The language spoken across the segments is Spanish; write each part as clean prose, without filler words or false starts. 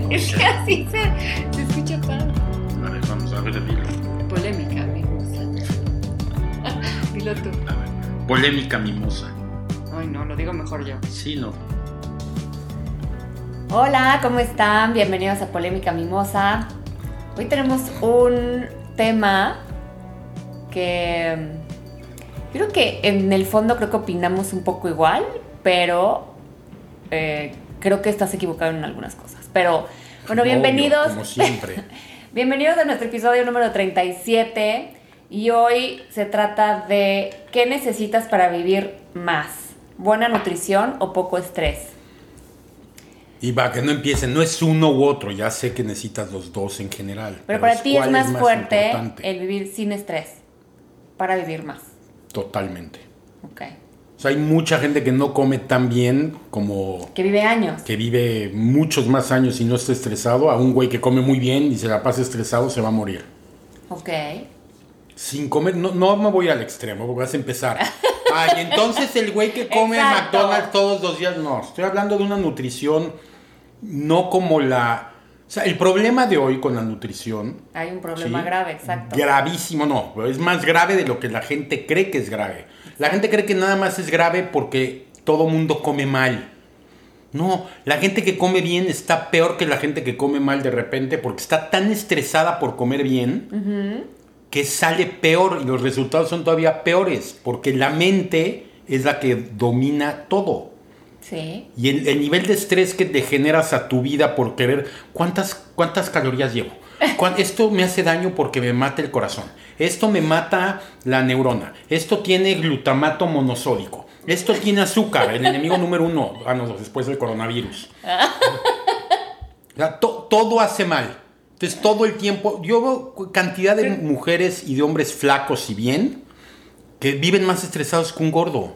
Es que así se escucha padre. A ver, vamos a ver el hilo. Polémica, mimosa. Dilo tú. A ver, polémica mimosa. Ay, no, lo digo mejor yo. Sí, no. Hola, ¿cómo están? Bienvenidos a Polémica Mimosa. Hoy tenemos un tema que creo que en el fondo creo que opinamos un poco igual, pero creo que estás equivocado en algunas cosas. Pero bueno, bienvenidos. Obvio, como siempre. Bienvenidos a nuestro episodio número 37 y hoy se trata de ¿qué necesitas para vivir más? ¿Buena nutrición o poco estrés? Y para que no empiecen, no es uno u otro, ya sé que necesitas los dos en general. Pero para ti es más fuerte importante? el vivir sin estrés para vivir más. Totalmente. Ok. O sea, hay mucha gente que no come tan bien como... Que vive años. Que vive muchos más años y no está estresado. A un güey que come muy bien y se la pasa estresado se va a morir. Ok. Sin comer, no me voy al extremo, porque vas a empezar. Ay, entonces el güey que come Exacto. McDonald's todos los días, no. Estoy hablando de una nutrición, no como la... O sea, el problema de hoy con la nutrición... Hay un problema grave, exacto. Gravísimo, no. Es más grave de lo que la gente cree que es grave. La gente cree que nada más es grave porque todo mundo come mal. No, la gente que come bien está peor que la gente que come mal de repente porque está tan estresada por comer bien que sale peor y los resultados son todavía peores porque la mente es la que domina todo. Sí. Y el nivel de estrés que te generas a tu vida por querer... ¿Cuántas calorías llevo? Esto me hace daño porque me mata el corazón. Esto me mata la neurona. Esto tiene glutamato monosódico. Esto tiene azúcar, el enemigo número 1. Después del coronavirus. O sea, todo hace mal. Entonces todo el tiempo... Yo veo cantidad de mujeres y de hombres flacos y bien que viven más estresados que un gordo.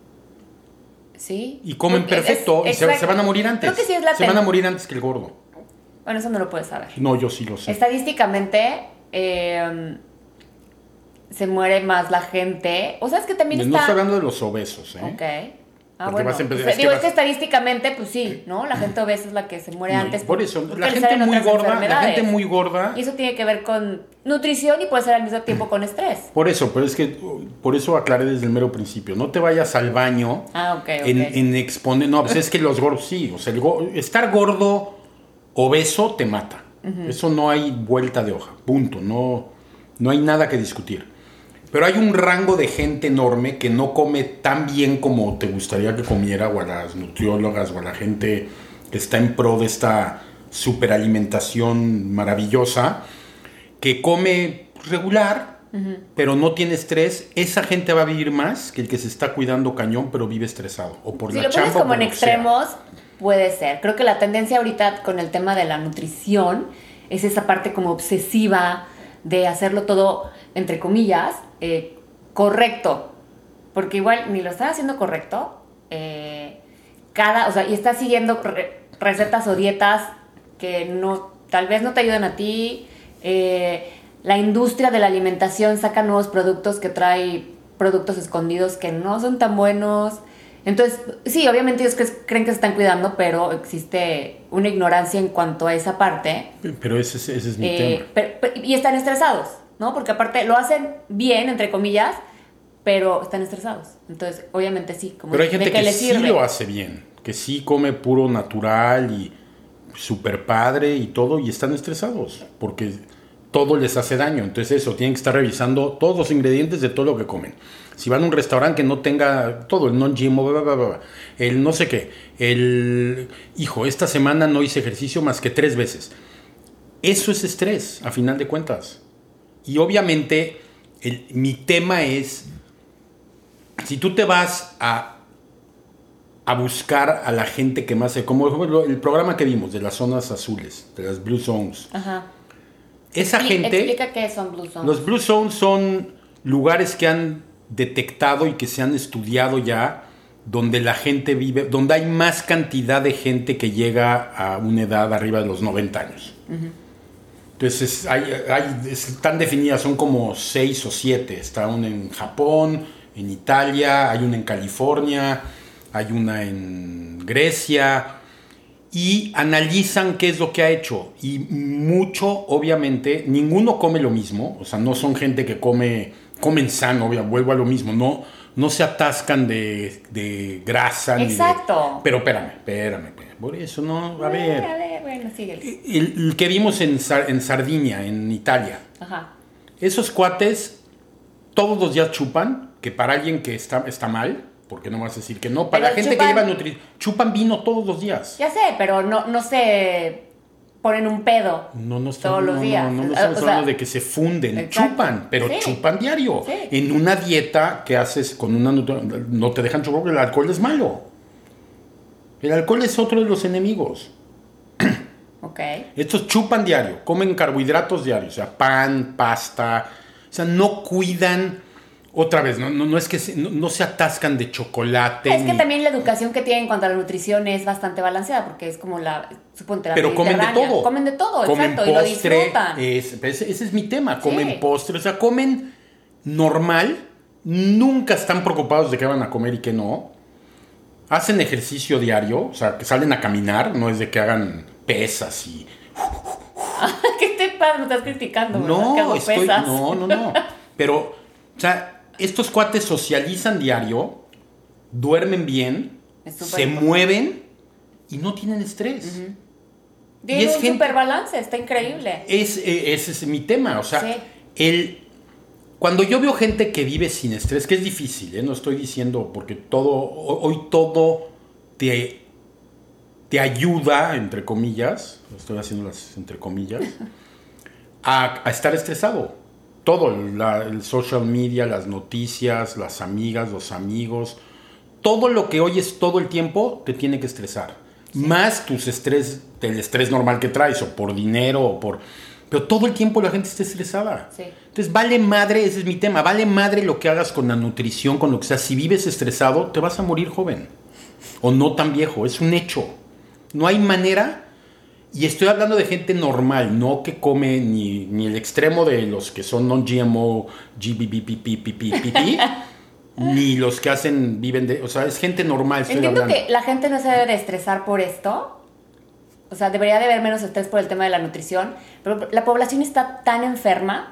Sí. Y comen perfecto y se van a morir antes. Creo que sí es la se van a morir antes que el gordo. Bueno, eso no lo puedes saber. No, yo sí lo sé. Estadísticamente, se muere más la gente. O sea, es que también No estoy hablando de los obesos, ¿eh? Ok. Porque Bueno. vas a empezar- Pues, es que estadísticamente, pues sí, ¿no? La gente obesa es la que se muere No, antes. por eso, porque la le gente salen muy otras gorda, enfermedades. Y eso tiene que ver con nutrición y puede ser al mismo tiempo con estrés. Por eso aclaré desde el mero principio. No te vayas al baño Ok. en exponer. No, pues es que los gordos sí. O sea, estar gordo, obeso, te mata. Eso no hay vuelta de hoja. Punto. No hay nada que discutir. Pero hay un rango de gente enorme que no come tan bien como te gustaría que comiera, o a las nutriólogas, o a la gente que está en pro de esta superalimentación maravillosa, que come regular, pero no tiene estrés. Esa gente va a vivir más que el que se está cuidando cañón, pero vive estresado. O por Si la lo pones chamba, como o en por lo que sea. extremos, puede ser. Creo que la tendencia ahorita con el tema de la nutrición es esa parte como obsesiva de hacerlo todo, entre comillas, correcto. Porque igual ni lo estás haciendo correcto. Y estás siguiendo recetas o dietas que tal vez no te ayuden a ti. La industria de la alimentación saca nuevos productos que trae productos escondidos que no son tan buenos. Entonces, sí, obviamente ellos creen que se están cuidando, pero existe una ignorancia en cuanto a esa parte. Pero ese es mi tema. Y están estresados, ¿no? Porque aparte lo hacen bien, entre comillas, pero están estresados. Entonces, obviamente sí. Pero hay gente que les sí sirve. lo hace bien, que sí come puro natural y súper padre y todo, y están estresados, porque todo les hace daño. Entonces tienen que estar revisando todos los ingredientes de todo lo que comen. Si van a un restaurante que no tenga todo, el non-GMO, el no sé qué, esta semana no hice ejercicio más que 3 veces. Eso es estrés, a final de cuentas. Y obviamente mi tema es, si tú te vas a buscar a la gente que más... Como el programa que vimos de las zonas azules, de las Blue Zones. Ajá. Esa gente... Explica qué son Blue Zones. Los Blue Zones son lugares que han detectado y que se han estudiado ya, donde la gente vive, donde hay más cantidad de gente que llega a una edad arriba de los 90 años. Entonces están definidas, son como 6 o 7. Está una en Japón, en Italia, hay una en California, hay una en Grecia, y analizan qué es lo que ha hecho. Y mucho, obviamente, ninguno come lo mismo. O sea, no son gente que comen sano, vuelvo a lo mismo. No se atascan de grasa. Exacto. Pero espérame. Por eso no, a ver. Bueno, síguele. El que vimos en Sardinia, en Italia. Ajá. Esos cuates todos los días chupan, que para alguien que está mal, porque no vas a decir que no, para Pero la gente chupan, que lleva nutrición, chupan vino todos los días. Ya sé, pero no se ponen un pedo todos los días. No estamos hablando de que se funden, exacto. Chupan, pero sí. chupan diario. Sí. En una dieta que haces con una no te dejan chupar porque el alcohol es malo. El alcohol es otro de los enemigos. Ok. Estos chupan diario, comen carbohidratos diarios, o sea, pan, pasta, o sea, no cuidan, otra vez, no es que no se atascan de chocolate. Es que también la educación que tienen en cuanto a la nutrición es bastante balanceada, porque es como suponte la pero comen de todo. Comen de todo, comen exacto, postre, y lo disfrutan. Ese es mi tema, Sí. comen postre, o sea, comen normal, nunca están preocupados de qué van a comer y qué no. Hacen ejercicio diario, o sea, que salen a caminar, no es de que hagan pesas y... ¿Qué te pasa? ¿Me estás criticando? No, que hago pesas. no. Pero, o sea, estos cuates socializan diario, duermen bien, se mueven y no tienen estrés. Uh-huh. Tiene un super balance, está increíble. Ese es mi tema, o sea, sí. Cuando yo veo gente que vive sin estrés, que es difícil, no estoy diciendo, porque hoy todo te ayuda, entre comillas, estoy haciendo las entre comillas, a estar estresado. Todo, el social media, las noticias, las amigas, los amigos, todo lo que oyes todo el tiempo te tiene que estresar. Sí. Más el estrés normal que traes, o por dinero, o por... Pero todo el tiempo la gente está estresada. Sí. Entonces vale madre, ese es mi tema, vale madre lo que hagas con la nutrición, con lo que sea. Si vives estresado, te vas a morir joven. O no tan viejo, es un hecho. No hay manera, y estoy hablando de gente normal, no que come ni el extremo de los que son non-GMO, GBBPPPPP, ni los que viven de... O sea, es gente normal. Entiendo que la gente no se debe de estresar por esto. O sea, debería de haber menos estrés por el tema de la nutrición, pero la población está tan enferma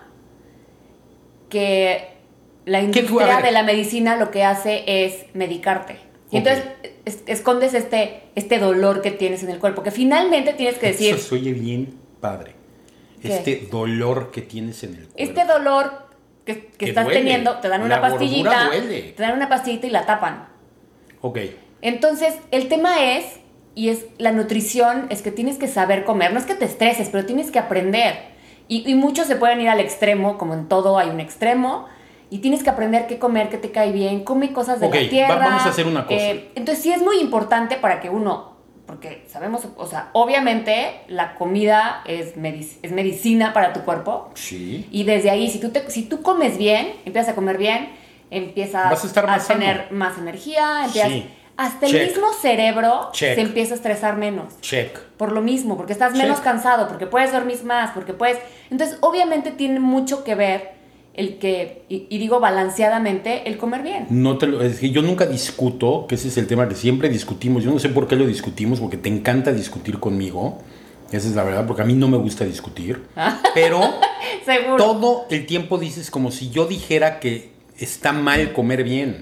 que la industria de la medicina lo que hace es medicarte. Y entonces escondes este dolor que tienes en el cuerpo, que finalmente tienes que decir... Eso se oye bien padre. ¿Qué? Este dolor que tienes en el cuerpo. Este dolor que estás duele. Teniendo, te dan una pastillita. Te dan una pastillita y la tapan. Ok. Entonces, el tema es... Y es la nutrición, es que tienes que saber comer. No es que te estreses, pero tienes que aprender. Y muchos se pueden ir al extremo, como en todo hay un extremo. Y tienes que aprender qué comer, qué te cae bien. Come cosas de la tierra. Vamos a hacer una cosa. Entonces sí es muy importante para que uno... Porque sabemos, o sea, obviamente la comida es medicina para tu cuerpo. Sí. Y desde ahí, si tú comes bien, empiezas a comer bien, empiezas a tener más energía, Sí. Hasta el mismo cerebro se empieza a estresar menos. Por lo mismo, porque estás menos cansado, porque puedes dormir más, porque puedes... Entonces, obviamente tiene mucho que ver el que, y digo balanceadamente, el comer bien. Es que yo nunca discuto, que ese es el tema que siempre discutimos. Yo no sé por qué lo discutimos, porque te encanta discutir conmigo. Esa es la verdad, porque a mí no me gusta discutir. Pero seguro. Todo el tiempo dices como si yo dijera que está mal comer bien.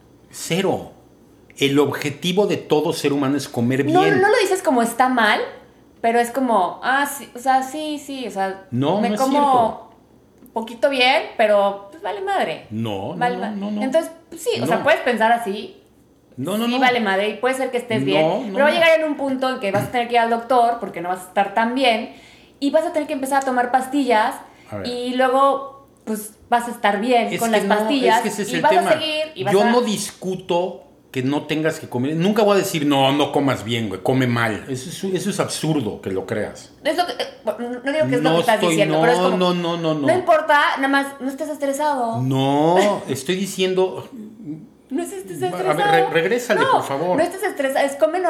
Cero. El objetivo de todo ser humano es comer bien. No lo dices como está mal, pero es como, sí, o sea, sí, o sea, me como poquito bien, pero pues vale madre. No. Entonces, pues, sí, o sea, puedes pensar así. No. Vale madre, y puede ser que estés bien, pero va a llegar en un punto en que vas a tener que ir al doctor porque no vas a estar tan bien y vas a tener que empezar a tomar pastillas y luego pues vas a estar bien con las pastillas es que ese es y el vas tema. A seguir y vas Yo no discuto que no tengas que comer. Nunca voy a decir, no comas bien, güey, come mal. Eso es absurdo que lo creas. Es lo que, no digo que es lo que estás diciendo, pero es como... No importa, nada más no estés estresado. No, estoy diciendo... No estés estresado. A ver, regrésale, por favor. No estés estresado, es come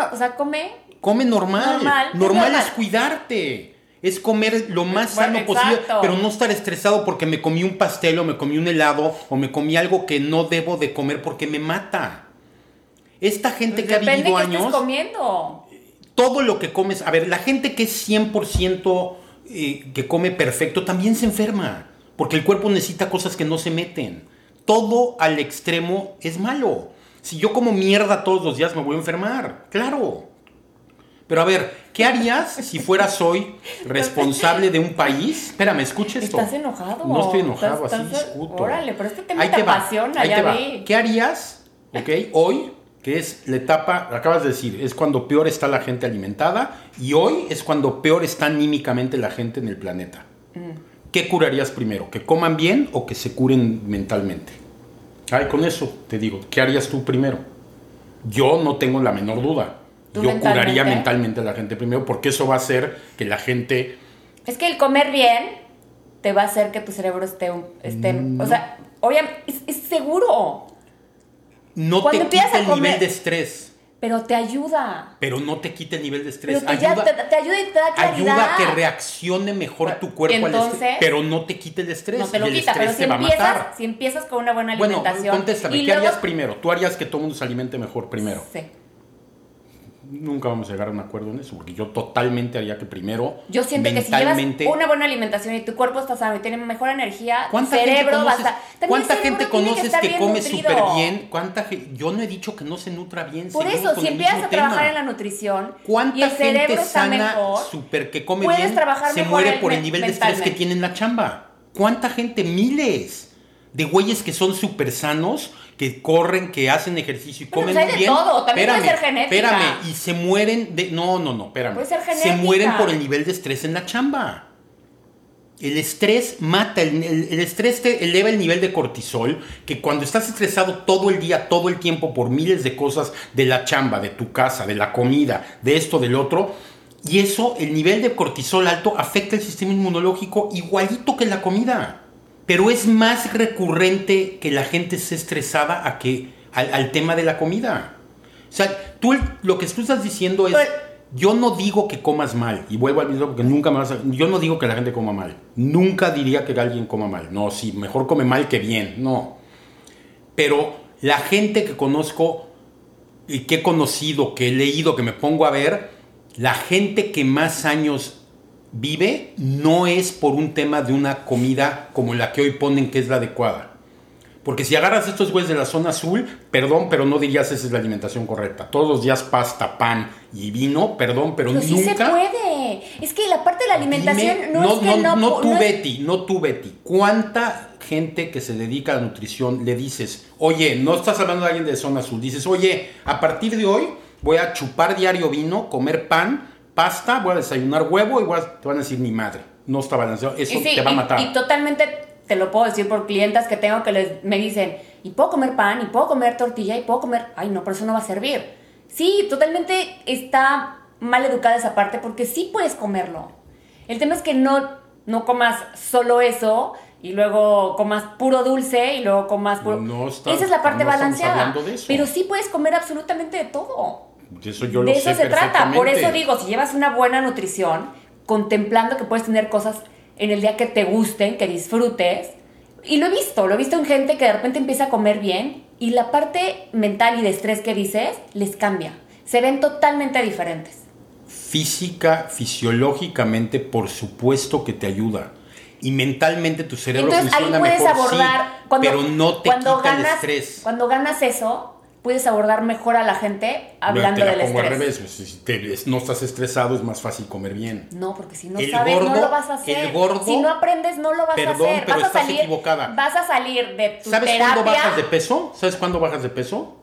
normal. Normal es cuidarte. Es comer lo más sano posible, pero no estar estresado porque me comí un pastel o me comí un helado o me comí algo que no debo de comer porque me mata. Esta gente que ha vivido años... Depende de qué estés comiendo. todo lo que comes... A ver, la gente que es 100% que come perfecto también se enferma. Porque el cuerpo necesita cosas que no se meten. Todo al extremo es malo. Si yo como mierda todos los días me voy a enfermar. Claro. Pero a ver, ¿qué harías si fueras hoy responsable de un país? Espérame, escucha esto. ¿Estás enojado? No estoy enojado, así discuto. Órale, pero este tema te apasiona, ya vi. ¿Qué harías, hoy, que es la etapa, acabas de decir, es cuando peor está la gente alimentada, y hoy es cuando peor está anímicamente la gente en el planeta? ¿Qué curarías primero? ¿Que coman bien o que se curen mentalmente? Ay, con eso te digo, ¿qué harías tú primero? Yo no tengo la menor duda. Yo curaría mentalmente a la gente primero, porque eso va a hacer que la gente... Es que el comer bien te va a hacer que tu cerebro esté o sea, obviamente, es seguro. No te quita el nivel de estrés. Pero te ayuda. Pero no te quita el nivel de estrés. Pero te ayuda y te da claridad. Ayuda a que reaccione mejor tu cuerpo al estrés. Pero no te quita el estrés. No te lo quita, pero si empiezas con una buena alimentación... Bueno, contéstame, ¿qué harías primero? ¿Tú harías que todo el mundo se alimente mejor primero? Sí. Nunca vamos a llegar a un acuerdo en eso, porque yo totalmente haría que primero... Yo siento que si llevas una buena alimentación y tu cuerpo está sano y tiene mejor energía, tu cerebro va a estar... ¿Cuánta gente conoces que come súper bien? Yo no he dicho que no se nutra bien. Por eso, si empiezas a trabajar en la nutrición y el cerebro está mejor, súper que come puedes bien, trabajar se mejor muere por el nivel de estrés que tiene en la chamba. ¿Cuánta gente? Miles de güeyes que son súper sanos, que corren, que hacen ejercicio y comen muy bien. De todo, también puede ser genética. Espérame, y se mueren de... No, espérame. Puede ser genética. Se mueren por el nivel de estrés en la chamba. El estrés mata, el estrés te eleva el nivel de cortisol, que cuando estás estresado todo el día, todo el tiempo, por miles de cosas de la chamba, de tu casa, de la comida, de esto, del otro, y eso, el nivel de cortisol alto afecta el sistema inmunológico igualito que la comida. Pero es más recurrente que la gente esté estresada al tema de la comida. O sea, lo que tú estás diciendo es... Yo no digo que comas mal, y vuelvo al mismo porque nunca me vas a... Yo no digo que la gente coma mal. Nunca diría que alguien coma mal. No, sí, mejor come mal que bien. No. Pero la gente que conozco y que he conocido, que he leído, que me pongo a ver, la gente que más años vive no es por un tema de una comida como la que hoy ponen que es la adecuada. Porque si agarras estos güeyes de la zona azul, perdón, pero no dirías esa es la alimentación correcta. Todos los días pasta, pan y vino, perdón, pero nunca... Sí se puede. Es que la parte de la alimentación No tú, Betty. ¿Cuánta gente que se dedica a la nutrición le dices, oye, no estás hablando de alguien de zona azul, dices, oye, a partir de hoy voy a chupar diario vino, comer pan, pasta, voy a desayunar huevo y te van a decir ni madre, no está balanceado, eso te va a matar. Y totalmente te lo puedo decir por clientas que tengo que me dicen, y puedo comer pan, y puedo comer tortilla, y puedo comer... Ay, no, pero eso no va a servir. Sí, totalmente está mal educada esa parte porque sí puedes comerlo. El tema es que no comas solo eso y luego comas puro dulce y luego comas puro... Esa es la parte balanceada. Pero sí puedes comer absolutamente de todo. Eso yo lo sé. De eso se trata. Por eso digo, si llevas una buena nutrición, contemplando que puedes tener cosas en el día que te gusten, que disfrutes. Y lo he visto en gente que de repente empieza a comer bien y la parte mental y de estrés que dices les cambia. Se ven totalmente diferentes. Fisiológicamente, por supuesto que te ayuda. Y mentalmente tu cerebro funciona mejor, abordar, sí, pero no te quita el estrés. Cuando ganas eso, puedes abordar mejor a la gente hablando del estrés. Al revés, si no estás estresado es más fácil comer bien. No, porque si no sabes, no lo vas a hacer. El gordo, si no aprendes, no lo vas a hacer. Perdón, pero estás equivocada. Vas a salir de tu ¿Sabes terapia? cuándo bajas de peso? ¿Sabes cuándo bajas de peso?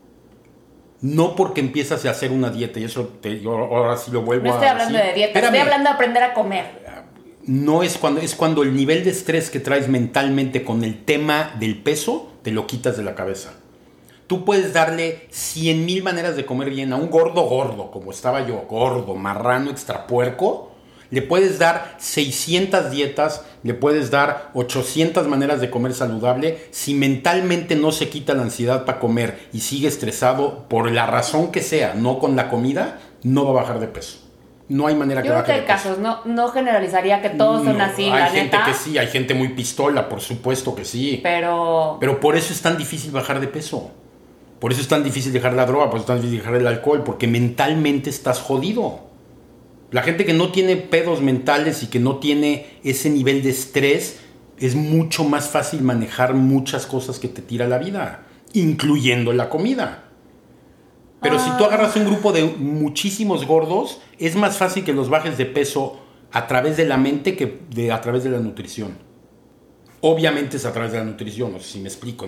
No porque empiezas a hacer una dieta, y eso yo ahora sí lo vuelvo a decir. No estoy hablando de dieta, estoy hablando de aprender a comer. No es cuando el nivel de estrés que traes mentalmente con el tema del peso, te lo quitas de la cabeza. Tú puedes darle 100,000 maneras de comer bien a un gordo, como estaba yo, gordo, marrano, extrapuerco. Le puedes dar 600 dietas, le puedes dar 800 maneras de comer saludable. Si mentalmente no se quita la ansiedad para comer y sigue estresado por la razón que sea, no con la comida, no va a bajar de peso. No hay manera que baje de peso. Yo creo que hay casos, no generalizaría que todos son así, la neta. Hay gente que sí, hay gente muy pistola, por supuesto que sí. Pero por eso es tan difícil bajar de peso. Por eso es tan difícil dejar la droga, por eso es tan difícil dejar el alcohol, porque mentalmente estás jodido. La gente que no tiene pedos mentales y que no tiene ese nivel de estrés, es mucho más fácil manejar muchas cosas que te tira la vida, incluyendo la comida. Pero si tú agarras un grupo de muchísimos gordos, es más fácil que los bajes de peso a través de la mente que a través de la nutrición. Obviamente es a través de la nutrición, no sé si me explico,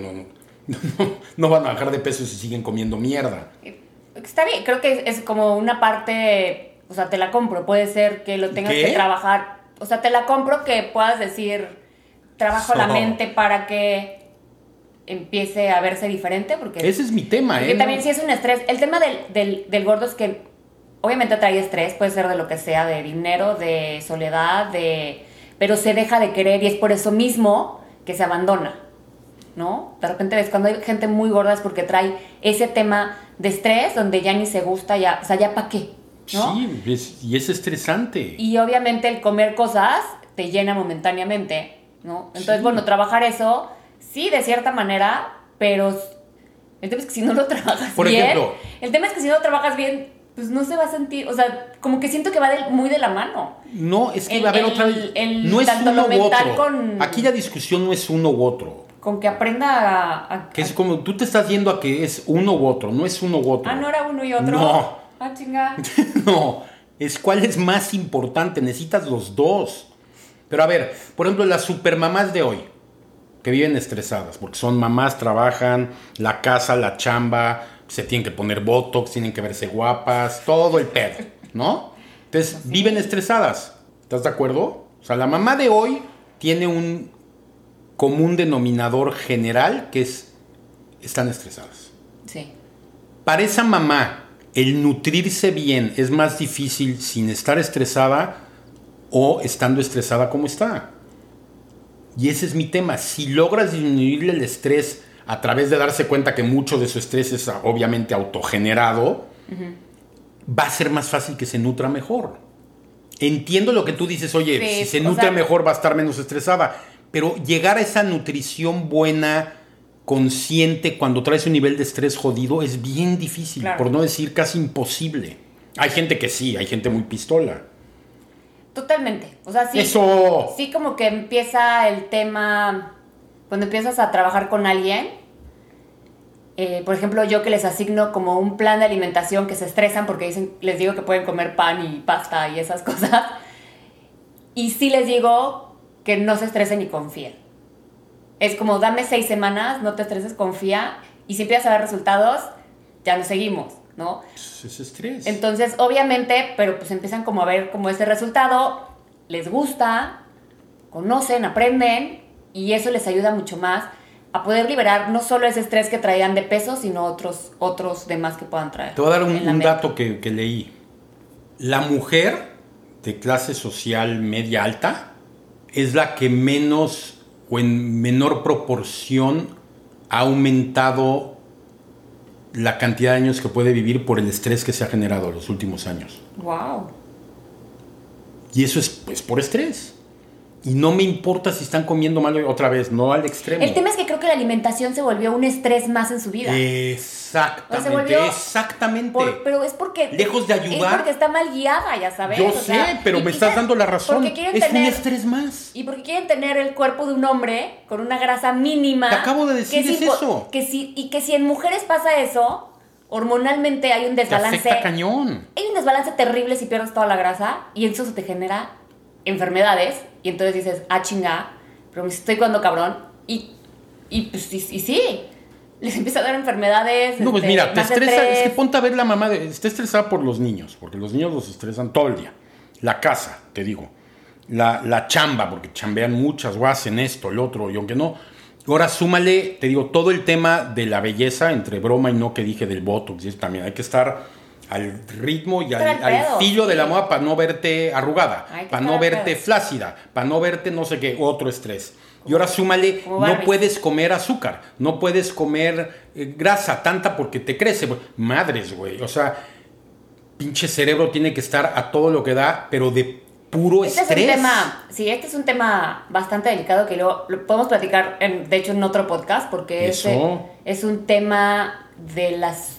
no van a bajar de peso si siguen comiendo mierda. Está bien, creo que es como una parte, o sea, te la compro, puede ser que lo tengas que trabajar, o sea, te la compro que puedas decir, trabajo la mente para que empiece a verse diferente, porque ese es mi tema, porque también si es un estrés, el tema del gordo es que obviamente trae estrés, puede ser de lo que sea, de dinero, de soledad, pero se deja de querer y es por eso mismo que se abandona, ¿no? De repente ves cuando hay gente muy gorda es porque trae ese tema de estrés donde ya ni se gusta, ya, o sea, ya para qué, ¿no? Sí, y es estresante. Y obviamente el comer cosas te llena momentáneamente, ¿no? Entonces, bueno, trabajar eso, sí, de cierta manera, pero el tema es que si no lo trabajas por bien, ejemplo, el tema es que si no lo trabajas bien, pues no se va a sentir, o sea, como que siento que va muy de la mano. No, es que va a haber otra vez, no es uno u otro. Aquí la discusión no es uno u otro. Con que aprenda a que es como, tú te estás yendo a que es uno u otro, no es uno u otro. Ah, ¿no era uno y otro? No. Ah, chinga. No, es cuál es más importante, necesitas los dos. Pero a ver, por ejemplo, las supermamás de hoy, que viven estresadas, porque son mamás, trabajan, la casa, la chamba, se tienen que poner botox, tienen que verse guapas, todo el pedo, ¿no? Entonces, sí, viven estresadas, ¿estás de acuerdo? O sea, la mamá de hoy tiene un común denominador general que están estresadas. Sí. Para esa mamá, el nutrirse bien es más difícil sin estar estresada o estando estresada como está. Y ese es mi tema. Si logras disminuirle el estrés a través de darse cuenta que mucho de su estrés es obviamente autogenerado, va a ser más fácil que se nutra mejor. Entiendo lo que tú dices, oye, sí, si se nutre mejor va a estar menos estresada, pero llegar a esa nutrición buena, consciente, cuando traes un nivel de estrés jodido, es bien difícil, claro, por no decir casi imposible. Hay gente que sí, hay gente muy pistola. Totalmente, o sea, sí, ¡eso! Sí, como que empieza el tema, cuando empiezas a trabajar con alguien, por ejemplo, yo que les asigno como un plan de alimentación que se estresan porque les digo que pueden comer pan y pasta y esas cosas, y sí les digo que no se estresen y confíen. Es como, dame 6 semanas, no te estreses, confía, y si empiezas a ver resultados, ya nos seguimos, ¿no? Es estrés. Entonces, obviamente, pero pues empiezan como a ver como ese resultado, les gusta, conocen, aprenden, y eso les ayuda mucho más a poder liberar no solo ese estrés que traían de peso, sino otros demás que puedan traer. Te voy a dar un dato que leí. La mujer de clase social media alta es la que menos o en menor proporción ha aumentado la cantidad de años que puede vivir por el estrés que se ha generado en los últimos años. Wow. Y eso es pues por estrés. Y no me importa si están comiendo mal otra vez, no al extremo. El tema es que creo que la alimentación se volvió un estrés más en su vida. Exactamente, o sea, se volvió exactamente. Pero es porque... Lejos de ayudar. Es porque está mal guiada, ya sabes. Yo sé, pero me estás dando la razón. Es un estrés más. Y porque quieren tener el cuerpo de un hombre con una grasa mínima. Te acabo de decir, es eso. Y que si en mujeres pasa eso, hormonalmente hay un desbalance. Te afecta cañón. Hay un desbalance terrible si pierdes toda la grasa y eso se te genera enfermedades. Y entonces dices, chinga, pero me estoy cuidando cabrón. Y sí, les empieza a dar enfermedades. No, pues mira, te estresa, es que ponte a ver la mamá, está estresada por los niños, porque los niños los estresan todo el día. La casa, te digo. La chamba, porque chambean muchas, o hacen esto, el otro, y aunque no. Ahora súmale, te digo, todo el tema de la belleza, entre broma y no que dije del botox, y eso también hay que estar al ritmo y al filo de la moda para no verte arrugada, para no verte flácida, para no verte no sé qué, otro estrés. Y ahora súmale, no puedes comer azúcar, no puedes comer grasa tanta porque te crece. Madres, güey, o sea, pinche cerebro tiene que estar a todo lo que da, pero de puro Este estrés. es un tema, sí, este es un tema bastante delicado que luego lo podemos platicar, de hecho, en otro podcast, porque Eso. es un tema de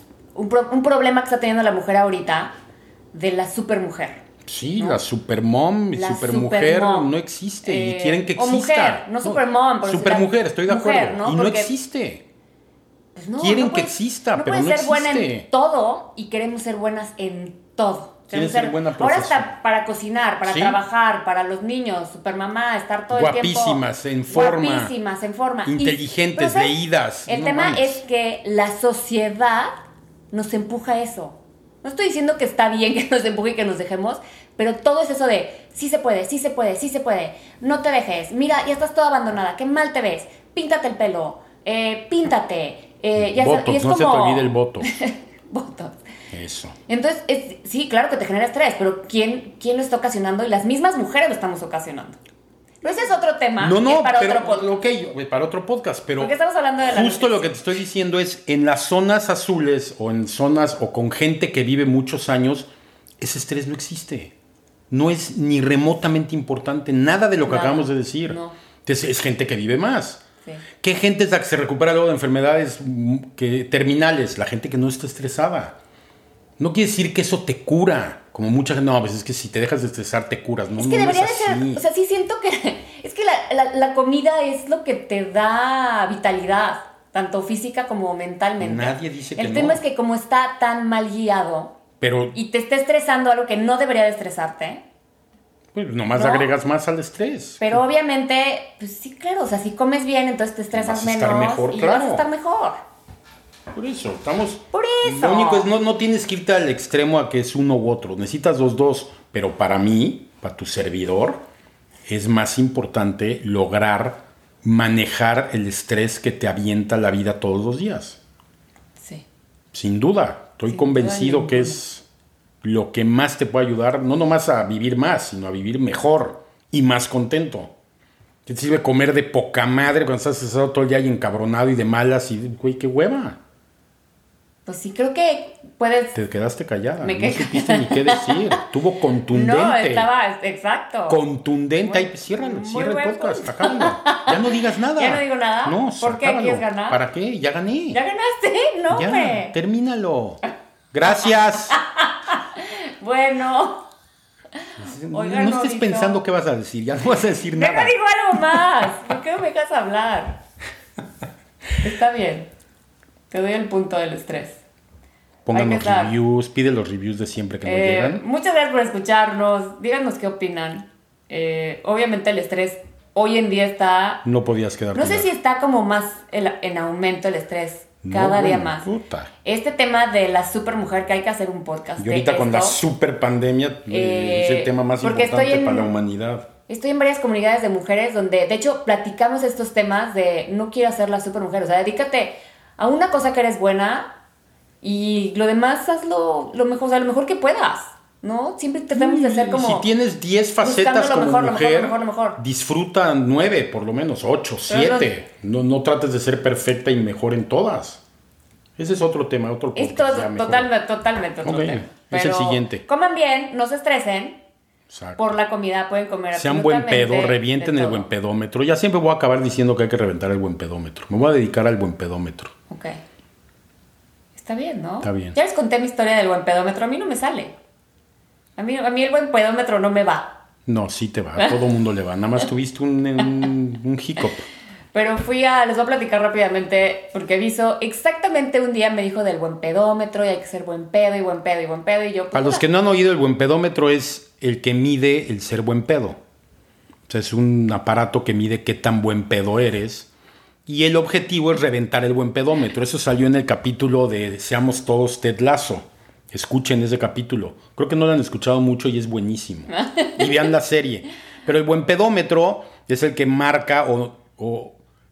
un problema que está teniendo la mujer ahorita, de la supermujer. Sí, ¿no? la supermom y La supermujer supermom. no existe y quieren que exista. O mujer, no supermom. pero Supermujer, estoy de mujer, acuerdo. ¿no? Y no Porque, existe. pues no, quieren no que puedes- exista, pero no puedes ser buena existe. en todo y queremos ser buenas en todo. Quieres ser buena ahora profesora. hasta para cocinar, para Sí. trabajar, para los niños, supermamá, estar todo Guapísimas, el tiempo. en forma. Guapísimas, en forma. Inteligentes, pero, ¿sabes? leídas. El No tema mames. es que la sociedad nos empuja a eso. No estoy diciendo que está bien que nos empuje y que nos dejemos, pero todo es eso de sí se puede, sí se puede, sí se puede. No te dejes. Mira, ya estás toda abandonada. Qué mal te ves. Píntate el pelo. Píntate. Botox, y es no como... se te olvide el Botox. Botox. Eso. Entonces, sí, claro que te genera estrés, pero ¿quién lo está ocasionando? Y las mismas mujeres lo estamos ocasionando. Pero ese es otro tema. No, que no, es para pero, otro podcast. ok, para otro podcast, pero Porque estamos hablando de la justo lo noticia. que te estoy diciendo es, en las zonas azules o en zonas o con gente que vive muchos años, ese estrés no existe. No es ni remotamente importante nada de lo que Nada, acabamos de decir. no. Entonces, es gente que vive más. Sí. ¿Qué gente es la que se recupera luego de enfermedades terminales? La gente que no está estresada. No quiere decir que eso te cura. Como mucha gente, no, pues es que si te dejas de estresar te curas. No, Es que no, no debería es de ser, así. o sea, sí siento que es que la comida es lo que te da vitalidad, tanto física como mentalmente. Nadie dice que El no. tema es que como está tan mal guiado Pero y te está estresando algo que no debería de estresarte, pues, nomás ¿no? agregas más al estrés. pero obviamente, pues sí, claro, o sea, si comes bien, entonces te estresas Vas a estar menos mejor, y claro. vas a estar mejor. Por eso, estamos... Por eso. Lo único es, no tienes que irte al extremo a que es uno u otro. Necesitas los dos. Pero para mí, para tu servidor, es más importante lograr manejar el estrés que te avienta la vida todos los días. Sí. Sin duda. Estoy Sin convencido duda que ninguna. es lo que más te puede ayudar, no nomás a vivir más, sino a vivir mejor y más contento. ¿Qué te sirve comer de poca madre cuando estás estresado todo el día y encabronado y de malas? Y, güey, qué hueva. Pues sí, creo que puedes... Te quedaste callada. Me No quedé supiste ni qué decir. Tuvo contundente. No, estaba... Exacto. Contundente. Muy- Ahí, ciérralo, muy cierra el buen podcast. punto. Acábalo. Ya no digas nada. ¿Ya no digo nada? No, ¿Por qué? acábalo. ¿Quieres ganar? ¿Para qué? Ya gané. ¿Ya ganaste? No, Ya, hombre. termínalo. Gracias. Bueno. Oiga, no no, estés Vito. pensando qué vas a decir. Ya no vas a decir Deja, nada. digo algo más. ¿Por qué no me dejas hablar? Está bien. Te doy el punto del estrés. Pongan Hay que los estar. reviews. Pide los reviews de siempre que nos llegan. Muchas gracias por escucharnos. Díganos qué opinan. Obviamente el estrés hoy en día está... No podías quedar No sé callada. si está como más en aumento el estrés No, cada día bueno, más. puta. Este tema de la supermujer, que hay que hacer un podcast. Y ahorita de con la esto. super pandemia es el tema más porque importante estoy en- para la humanidad. Estoy en varias comunidades de mujeres donde, de hecho, platicamos estos temas de no quiero ser la supermujer. O sea, dedícate a una cosa que eres buena y lo demás hazlo lo mejor, o sea, lo mejor que puedas, ¿no? Siempre tratamos de ser como... Si tienes 10 facetas buscando lo como mejor, lo mujer, mejor, lo mejor, lo mejor. disfruta 9, por lo menos 8, Pero 7. No trates de ser perfecta y mejor en todas. Ese es otro tema, otro podcast. Esto ya es mejor. totalmente otro Ok, tema. es el Pero siguiente. coman bien, no se estresen Exacto. por la comida, pueden comer Sean buen absolutamente pedo, revienten de el todo. buen pedómetro. Ya siempre voy a acabar diciendo que hay que reventar el buen pedómetro. Me voy a dedicar al buen pedómetro. Ok. Está bien, ¿no? Está bien. Ya les conté mi historia del buen pedómetro. A mí no me sale. A mí el buen pedómetro no me va. No, sí te va, a todo mundo le va. Nada más tuviste un hiccup. Pero les voy a platicar rápidamente, porque Viso exactamente un día me dijo del buen pedómetro y hay que ser buen pedo y buen pedo y buen pedo. Y yo, pues, Para los que no han oído, el buen pedómetro es el que mide el ser buen pedo. O sea, es un aparato que mide qué tan buen pedo eres. Y el objetivo es reventar el buen pedómetro. Eso salió en el capítulo de Seamos Todos Ted Lasso. Escuchen ese capítulo. Creo que no lo han escuchado mucho y es buenísimo. Y vean la serie. Pero el buen pedómetro es el que marca o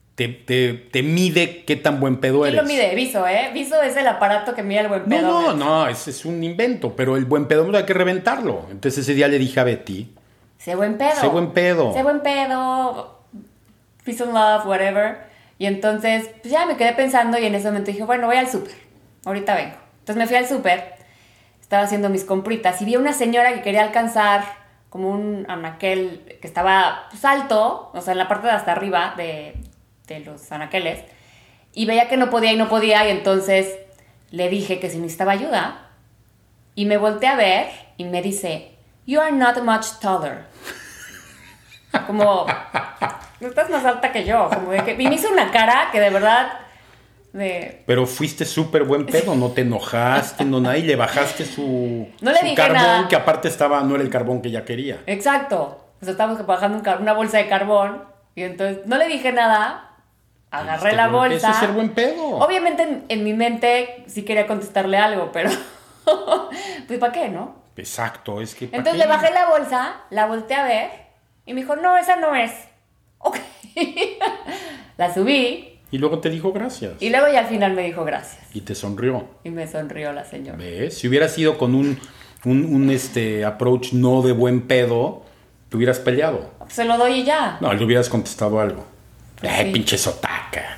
te mide qué tan buen pedo ¿quién eres. lo mide? Viso, ¿eh? Viso es el aparato que mide el buen No, pedómetro. no, ese es un invento. Pero el buen pedómetro hay que reventarlo. Entonces ese día le dije a Betty, Sé buen pedo. sé buen pedo. Sé buen pedo. Peace and love, whatever. Y entonces, pues ya me quedé pensando y en ese momento dije, bueno, voy al súper. Ahorita vengo. Entonces me fui al súper. Estaba haciendo mis compritas y vi a una señora que quería alcanzar como un anaquel que estaba pues, alto, o sea, en la parte de hasta arriba de los anaqueles, y veía que no podía, y entonces le dije que si necesitaba ayuda, y me volteé a ver, y me dice, "You are not much taller." Como, no estás más alta que yo, como de que, y me hizo una cara que de verdad... Pero fuiste súper buen pedo, no te enojaste, no nada, y le bajaste su dije carbón, nada. que aparte no era el carbón que ella quería. Exacto. O sea, estábamos bajando una bolsa de carbón, y entonces no le dije nada, agarré la bolsa. Eso es ser buen pedo. Obviamente en mi mente sí quería contestarle algo, pero pues ¿para qué, no? Exacto, es que... Entonces le bajé la bolsa, la volteé a ver, y me dijo, no, esa no es. Ok. La subí. Y luego te dijo gracias. Y luego ya al final me dijo gracias. Y te sonrió. Y me sonrió la señora. ¿Ves? Si hubieras ido con un approach no de buen pedo, te hubieras peleado. Se lo doy y ya. No, le hubieras contestado algo. Ay, Sí. pinche sotaca.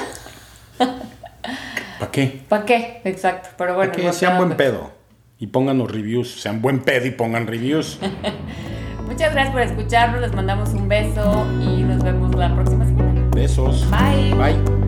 ¿Para qué? ¿Para qué? Exacto. Pero bueno. ¿Para qué? Sean buen pedo. Y pongan los reviews. Sean buen pedo y pongan reviews. Muchas gracias por escucharnos. Les mandamos un beso y nos vemos la próxima semana. Besos. Bye. Bye.